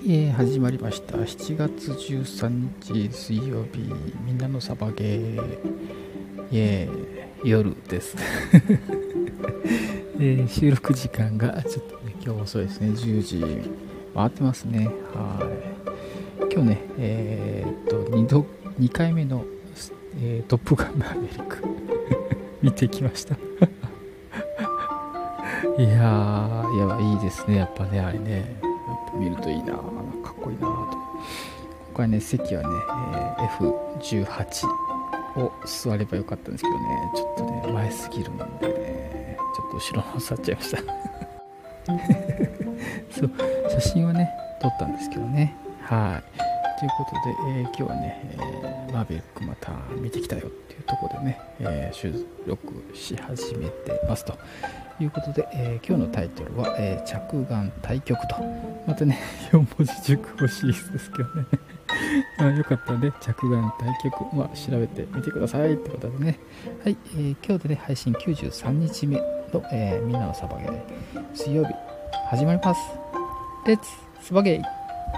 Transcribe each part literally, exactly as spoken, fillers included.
えー、始まりましたしちがつじゅうさんにち水曜日、みんなのサバゲー、えー、夜です、えー、収録時間がちょっと、ね、今日遅いですね。じゅうじ回ってますね。はい今日ねえー、っと 2, 度にかいめの、えー、トップガンマーヴェリック見てきましたいやーいやいいですね。やっぱねあれねやっぱ見るといいな、かっこいいなと。今回ね席はね、えー、エフじゅうはち を座ればよかったんですけどね、ちょっとね前すぎるもんでねちょっと後ろの方座っちゃいましたそう写真はね撮ったんですけどね。はいということで、えー、今日はね、えー、マーベリックまた見てきたよっていうところでね、えー、収録し始めてますということで、えー、今日のタイトルは、えー、着眼対局と、またねよん文字熟語シリーズですけどねあよかったらね着眼対局、まあ、調べてみてくださいってことでね、はい、えー、今日でね配信きゅうじゅうさんにちめの、えー、みんなのサバゲー水曜日始まります。レッツサバゲー。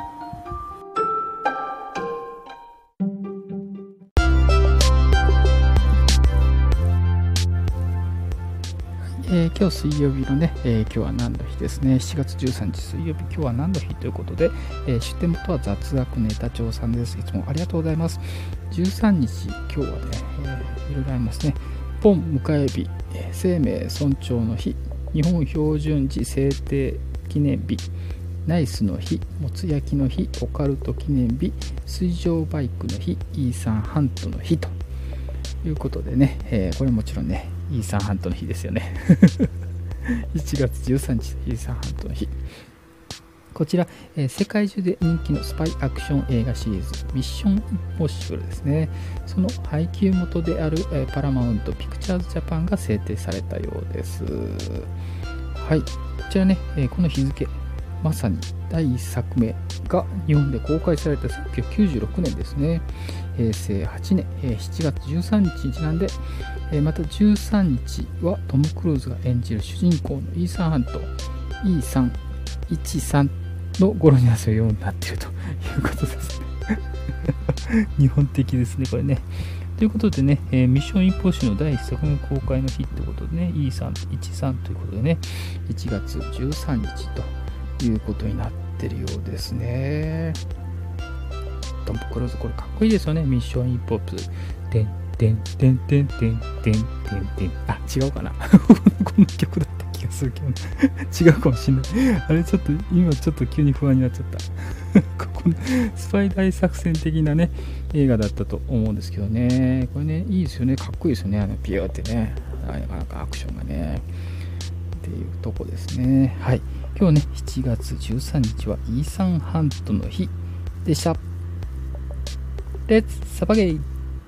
えー、今日水曜日のね、えー、今日は何の日ですね。しちがつじゅうさんにち水曜日、今日は何の日ということで、えー、出典元は雑学ネタ帳さんです。いつもありがとうございます。じゅうさんにち今日はね、えー、いろいろありますね。ポン迎え日、えー、生命尊重の日、日本標準時制定記念日、ナイスの日、もつ焼きの日、オカルト記念日、水上バイクの日、イーサンハントの日ということでね、えー、これもちろんねイーサンハントの日ですよねいちがつじゅうさんにちイーサンハントの日、こちら、えー、世界中で人気のスパイアクション映画シリーズミッションインポッシブルですね。その配給元である、えー、パラマウントピクチャーズジャパンが制定されたようです。はい、こちらね、えー、この日付まさにだいいっさくめが日本で公開されたせんきゅうひゃくきゅうじゅうろくねんですね。へいせいはちねん、えー、しちがつじゅうさんにちにちなんで、えー、またじゅうさんにちはトム・クルーズが演じる主人公のイーサンハント イーさんいちさん の語呂に合わせるようになっているということですね日本的ですねこれね。ということでね、えー、ミッションインポッシブルのだいいっさくめ公開の日ということでね イーさんいちさん ということでねいちがつじゅうさんにちということになってるようですね。トム・クルーズこれかっこいいですよね。ミッションインポップてんてんてんてんてんてんてんてん、あ違うかなこの曲だった気がするけど違うかもしれない。あれちょっと今ちょっと急に不安になっちゃったここスパイ大作戦的なね映画だったと思うんですけどね。これねいいですよね。かっこいいですよね。あのピューってねなかなかアクションがねっていうとこですね。はい今日ねしちがつじゅうさんにちはイーサンハントの日でした。レッツサバゲー。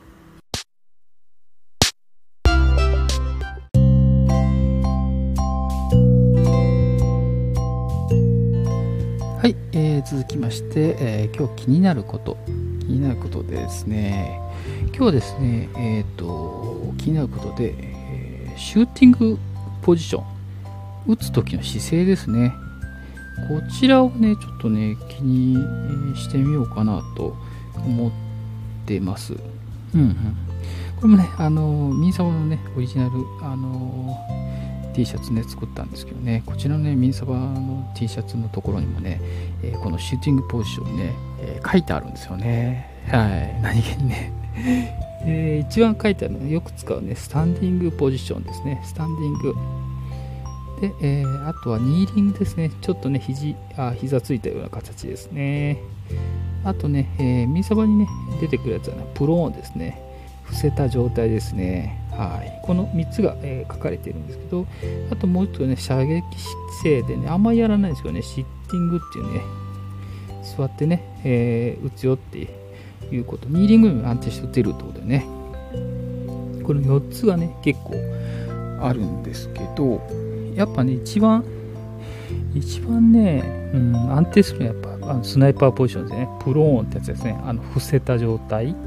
はい、えー、続きまして、えー、今日気になること気になることでですね、今日はですねえっ、ー、と気になることで、えー、シューティングポジション打つ時の姿勢ですね。こちらをねちょっとね気にしてみようかなと思ってます。うんうん。これもねあのミンサバのねオリジナルあの T シャツね作ったんですけどね、こちらのねミンサバの T シャツのところにもね、えー、このシューティングポジションね、えー、書いてあるんですよね。はい何気にねえー、一番書いてあるのはよく使うねスタンディングポジションですね。スタンディングで、えー、あとはニーリングですね。ちょっとね肘あ膝ついたような形ですね。あとね、えー、ミンサバにね出てくるやつは、ね、プローンですね。伏せた状態ですね。はいこのみっつが、えー、書かれているんですけど、あともう一つね射撃姿勢でねあんまりやらないんですけどねシッティングっていうね座ってね、えー、打つよっていうこと、ニーリングにも安定して打てるってことでね、このよっつがね結構あるんですけど、やっぱね一番一番ね、うん、安定するのはやっぱあのスナイパーポジションですね。プローンってやつですね。あの伏せた状態、うん、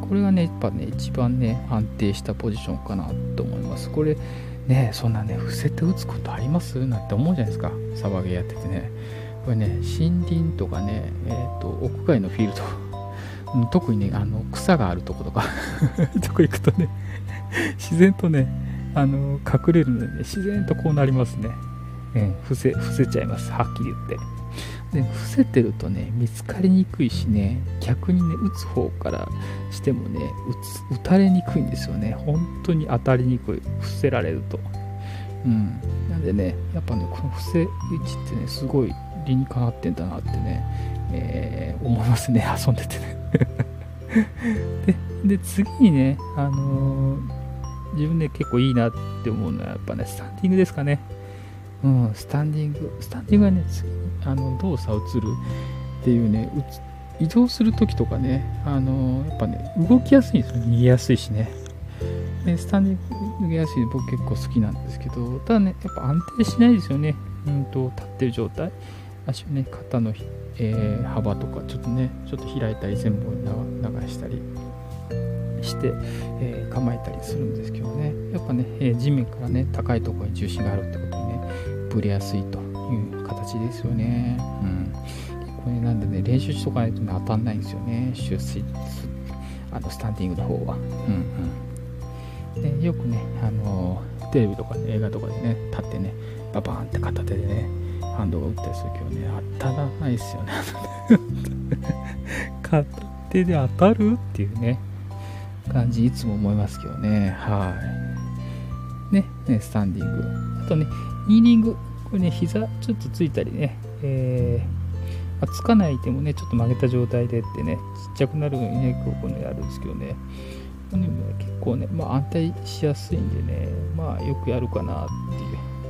これがねやっぱね一番ね安定したポジションかなと思います。これねそんなね伏せて打つことありますなんて思うじゃないですか、サバゲーやっててね。 これね、森林とかね、えーと、屋外のフィールド、特にね、あの草があるとことか、とこ行くとね、自然とね、あの隠れるのでね、自然とこうなりますね。うん、伏せ、伏せちゃいます、はっきり言って。で、伏せてるとね、見つかりにくいしね、逆にね、撃つ方からしてもね、撃つ、撃たれにくいんですよね。本当に当たりにくい、伏せられると。うん。なんでね、やっぱね、この伏せ位置ってね、すごい理にかなってんだなってね、えー、思いますね、遊んでてね。で、で、次にね、あのー、自分ね、結構いいなって思うのは、やっぱね、スタンディングですかね。うん、スタンディング、スタンディングはね、次にあの動作を移るっていうね、移動するときとかね、あのー、やっぱね、動きやすいんですよ、逃げやすいしね。でスタンディング逃げやすい僕結構好きなんですけど、ただね、やっぱ安定しないですよね。うんと、立ってる状態。足をね、肩の、えー、幅とか、ちょっとね、ちょっと開いたり、全部流したりして、えー、構えたりするんですけどね。やっぱね、えー、地面からね、高いところに重心があるってことにね、ぶれやすいという形ですよね。うん。これなんでね、練習しとかないとね、当たんないんですよね。シュースあのスタンディングの方は。うんうん。でよくね、あのー、テレビとか、ね、映画とかでね、立ってね、ババーンって片手でね、ハンドが打ったりするけどね、当たらないですよね。片手で当たるっていうね、感じいつも思いますけどね。はい。ね、ねスタンディング。あとね、ニーリング。これね、膝ちょっとついたりね、えー、まあ、つかないでもね、ちょっと曲げた状態でってね、ちっちゃくなるようにね、ここね、やるんですけどね。これね結構ね、まあ、安定しやすいんでね、まあよくやるかなっていう。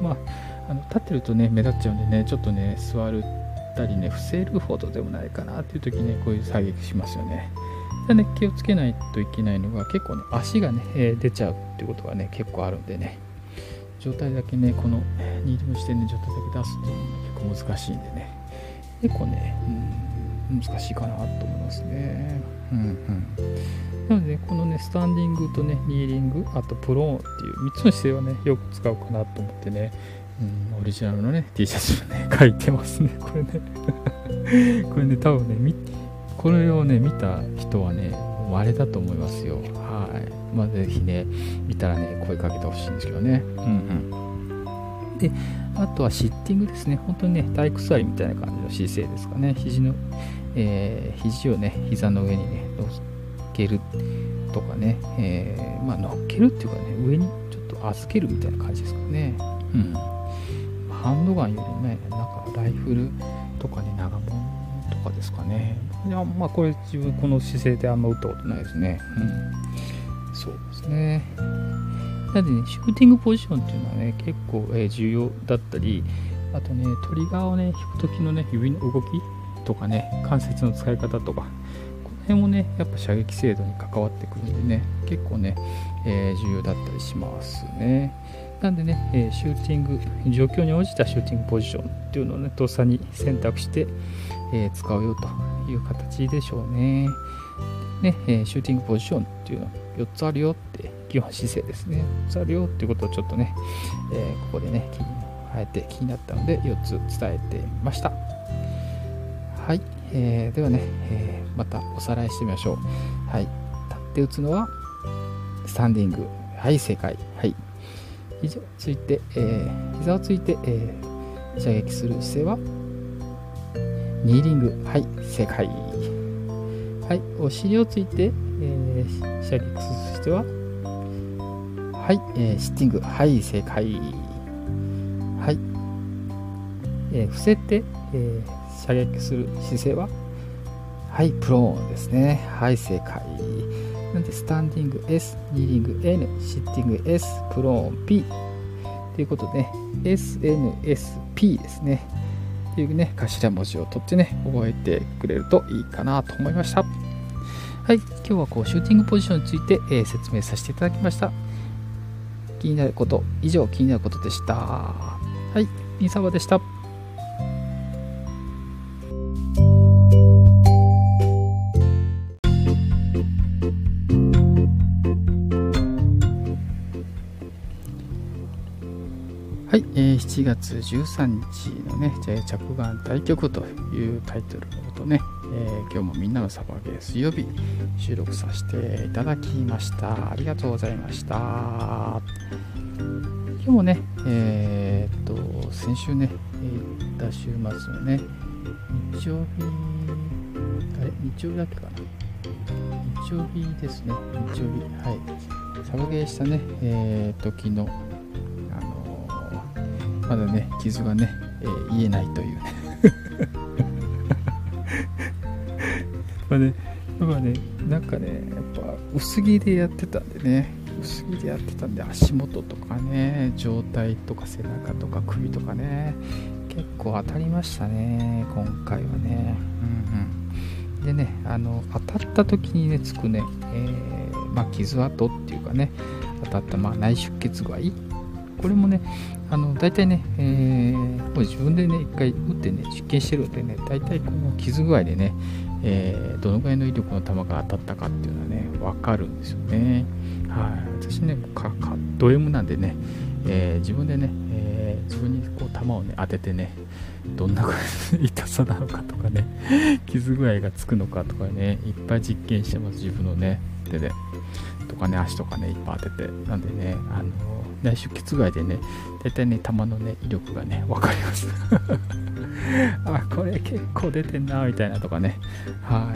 まあ、あの立ってるとね、目立っちゃうんでね、ちょっとね、座るたりね、伏せるほどでもないかなっていう時にね、こういう作撃しますよね。ただね、気をつけないといけないのが、結構ね、足がね、えー、出ちゃうっていうことがね、結構あるんでね、状態だけね、このニーリングしてね、状態だけ出すっていうのが結構難しいんでね、結構ね、うん、難しいかなと思いますね。うんうん。なので、ね、このね、スタンディングとね、ニーリング、あとプローンっていうみっつの姿勢はね、よく使うかなと思ってね、うん、オリジナルのね、T シャツをね、書いてますね、これね。これね、多分ね、これをね、見た人はね、もうあれだと思いますよ。はい。まあ、ぜひね、見たらね、声かけてほしいんですけどね。うんうん。で、あとはシッティングですね。本当にね、体育座りみたいな感じの姿勢ですかね。肘の、えー、肘をね、膝の上にね、乗っけるとかね、えー、まあ、乗っけるっていうかね、上にちょっと預けるみたいな感じですかね。うん。ハンドガンよりね、なんかライフルとかね、長物とかですかね。いや、まあ、これ自分この姿勢であんま打ったことないですね。うん。そうですね。なのでね、シューティングポジションっていうのはね、結構、えー、重要だったり、あとね、トリガーをね、引くときのね、指の動きとかね、関節の使い方とか、この辺もね、やっぱ射撃精度に関わってくるんでね、結構ね、えー、重要だったりしますね。なんでね、えー、シューティング、状況に応じたシューティングポジションっていうのをね、とっさに選択して、えー、使うよという形でしょうね。ね、えー、シューティングポジションっていうのはよっつあるよって、基本姿勢ですね。よっつあるよっていうことをちょっとね、えー、ここでね、あえて気になったのでよっつ伝えてみました。はい、えー、ではね、えー、またおさらいしてみましょう。はい、立って打つのはスタンディング。はい、正解。はい。肘をついて、えー、膝をついて、えー、射撃する姿勢はニーリング。はい、正解。はい、お尻をついて、えー、射撃する姿勢ははい、えー、シッティング。はい、正解。はい、えー、伏せて、えー、射撃する姿勢ははい、プローンですね。はい、正解。なんで、スタンディング S、ニーリング N、シッティング S、プローン P ということで、エスエヌエスピー ですね。というね、頭文字を取ってね、覚えてくれるといいかなと思いました。はい、今日はこうシューティングポジションについて、えー、説明させていただきました。気になること、以上気になることでした。はい、みさわでした。ははい、えー、しちがつじゅうさんにちのね、着眼対局というタイトルのことね、えー、今日もみんなのサバゲー水曜日収録させていただきました。ありがとうございました。今日もね、えー、っと、先週ね、行った週末のね、日曜日、あれ、日曜日だっけかな。日曜日ですね、日曜日、はい。サバゲーしたね、えー、時の、まだね、傷がね、えー、癒えないというね。まあね、やっぱね、なんかね、やっぱ薄着でやってたんでね、薄着でやってたんで、足元とかね、上体とか背中とか首とかね、結構当たりましたね、今回はね。うんうん、でね、あの、当たった時にね、つくね、えー、まあ、傷跡っていうかね、当たった、まあ、内出血具合。これもね、あの大体ね、えー、もう自分でね、一回打ってね、実験してるんでね、大体この傷具合でね、えー、どのぐらいの威力の弾が当たったかっていうのはね、わかるんですよね。はい。私ね、かかド M なんでね、えー、自分でね、えー、自分にこう弾をね、当ててね、どんなぐらいの痛さなのかとかね、傷具合がつくのかとかね、いっぱい実験してます、自分のね、手で。とかね、足とかね、いっぱい当てて。なんでね、あの、内出血具合でね、大体ね、弾のね、威力がね、わかります。あ、これ結構出てんな、みたいなとかね。はい。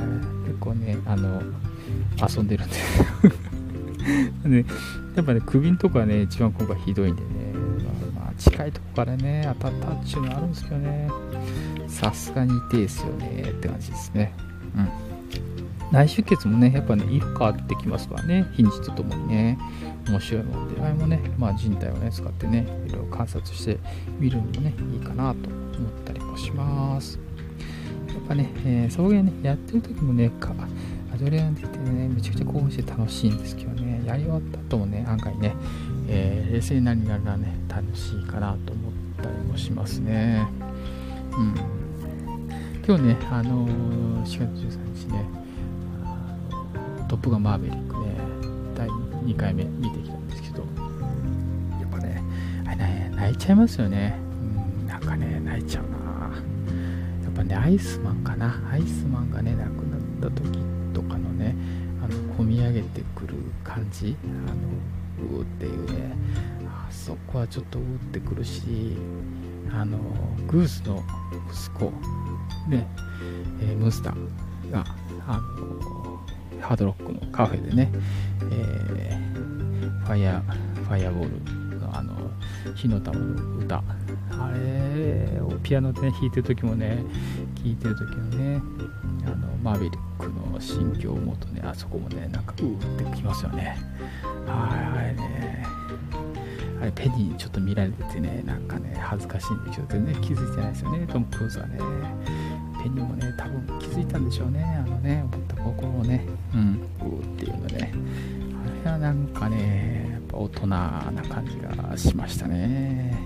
結構ね、あの、遊んでるんで。ね、やっぱね、首んとこはね、一番今回ひどいんでね、まあ、まあ、近いとこからね、当たったっていうのはあるんですけどね、さすがに痛いですよね、って感じですね。うん。内出血もね、やっぱね、色変わってきますからね、日にちとともにね、面白いので、あれもね、まあ、人体をね、使ってね、いろいろ観察してみるのもね、いいかなと思ったりもします。やっぱね、えー、草原ね、やってる時もね、かアドレナリン出てね、めちゃくちゃ興奮して楽しいんですけどね、やり終わった後もね、案外ね、えー、冷静になりながらね、楽しいかなと思ったりもしますね。うん。今日ね、あのー、しがつじゅうさんにちね、トップガンマーヴェリックね、だいにかいめ見てきたんですけど、やっぱね、あれね、泣いちゃいますよね。うん、なんかね、泣いちゃうな。やっぱね、アイスマンかな。アイスマンがね、亡くなった時とかのね、あの、込み上げてくる感じ、あの、うーっていうね、あそこはちょっとうーってくるし、あの、グースの息子、ね、えー、ムースターが、あの、ハードロックのカフェでね、えー、ファイヤー、ファイヤーボールのあの、火の玉の歌、あれをピアノで、ね、弾いてる時もね、聴いてる時のね、あの、マーヴェリックの心境を思うとね、あそこもね、なんか、うーってきますよね。はい、あれね、あれ、ペニーにちょっと見られててね、なんかね、恥ずかしいんだけど、全然気づいてないですよね、トム・クルーズはね。ペニーもね、多分気づいたんでしょうね、あのね、思った心をね、うん、うーっていうのね、あれはなんかね、やっぱ大人な感じがしましたね。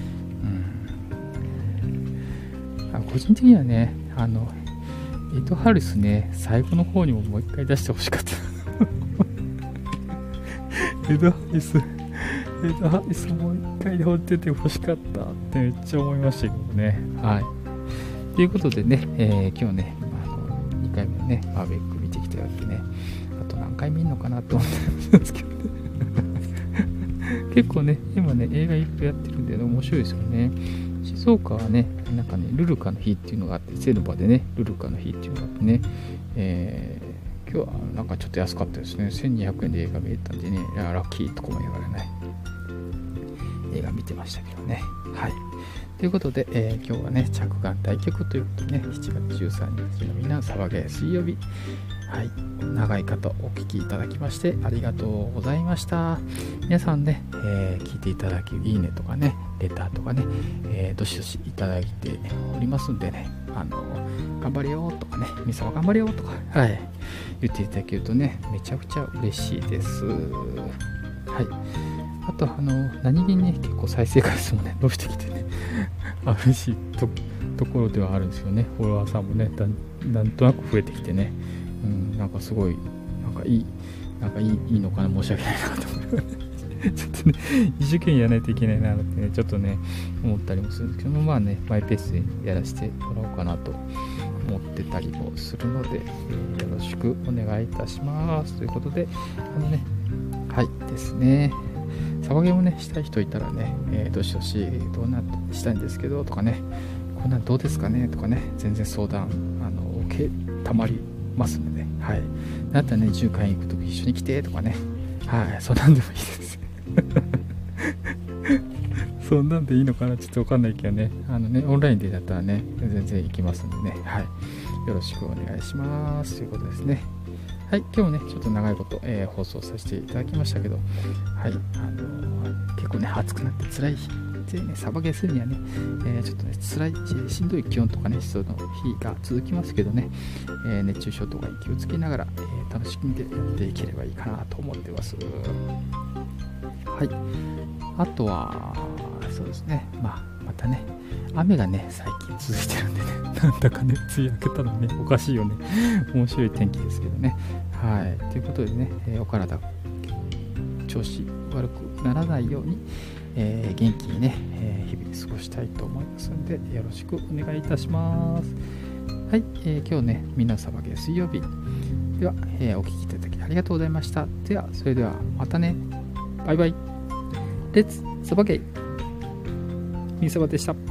うん。あ、個人的にはね、あの、エド・ハリスね、最後の方にももう一回出してほしかった。エド・ハリス、エド・ハリスもう一回で放っててほしかったってめっちゃ思いましたけどね。はい。ということでね、えー、今日ね、あのにかいめのね、マーヴェリック見てきたわけね、あと何回見るのかなと思ってるんですけどね。結構ね、今ね、映画いっぱいやってるんで、ね、面白いですよね。静岡はね、なんかね、ルルカの日っていうのがあって、セルバでね、ルルカの日っていうのがあってね、えー、今日はなんかちょっと安かったですね。せんにひゃくえんで映画見れたんでね、いやラッキーとかも言われない。映画見てましたけどね。はい。ということで、えー、今日はね、着眼対局ということでね、しちがつじゅうさんにちのみんな騒げ水曜日。はい。長い方お聞きいただきましてありがとうございました。皆さんね、えー、聞いていただき、いいねとかね、レターとかね、えー、どしどしいただいておりますんでね、あの、頑張れよとかね、みさは頑張れよとか、はい。言っていただけるとね、めちゃくちゃ嬉しいです。はい。あと、あの、何気にね、結構再生回数もね、伸びてきてね、嬉しい と, ところではあるんですよね。フォロワーさんもね、だなんとなく増えてきてね、うん、なんかすごい、なんかいい、なんかいいいいのかな、申し訳ないなと思います。 ちょっとね、一生懸命やらないといけないなってね、ちょっとね、思ったりもするんですけども、まあね、マイペースでやらせてもらおうかなと思ってたりもするので、えー、よろしくお願いいたします。ということで、あのね、はいですね、サバゲーもね、したい人いたらね、えー、どしどし、どうなしたいんですけどとかね、こんなんどうですかねとかね、全然相談、あの、受けたまりますので、はい。だったらね、じゅうかい行くとき一緒に来てとかね、はい、そんなんでもいいです。そんなんでいいのかな、ちょっとわかんないけどね、あのね、オンラインでだったらね、全然行きますんでね、はい。よろしくお願いします。ということですね。はい、今日ね、ちょっと長いこと、えー、放送させていただきましたけど、はい、あのー、結構ね、暑くなって辛い日でね、サバゲーするにはね、えー、ちょっとね、辛いし、しんどい気温とかね、湿度の日が続きますけどね、えー、熱中症とかに気をつけながら、えー、楽しんでやっていければいいかなと思ってます。はい、あとは、そうですね、まあ、またね、雨がね、最近続いてるんでね、なんだかね、梅雨明けたらね、おかしいよね。面白い天気ですけどね。はい。ということでね、えー、お体、調子悪くならないように、えー、元気にね、えー、日々過ごしたいと思いますので、よろしくお願いいたします。はい。えー、今日ね、みんなサバゲー水曜日。では、えー、お聞きいただきありがとうございました。では、それではまたね。バイバイ。レッツサバゲー。みんサバでした。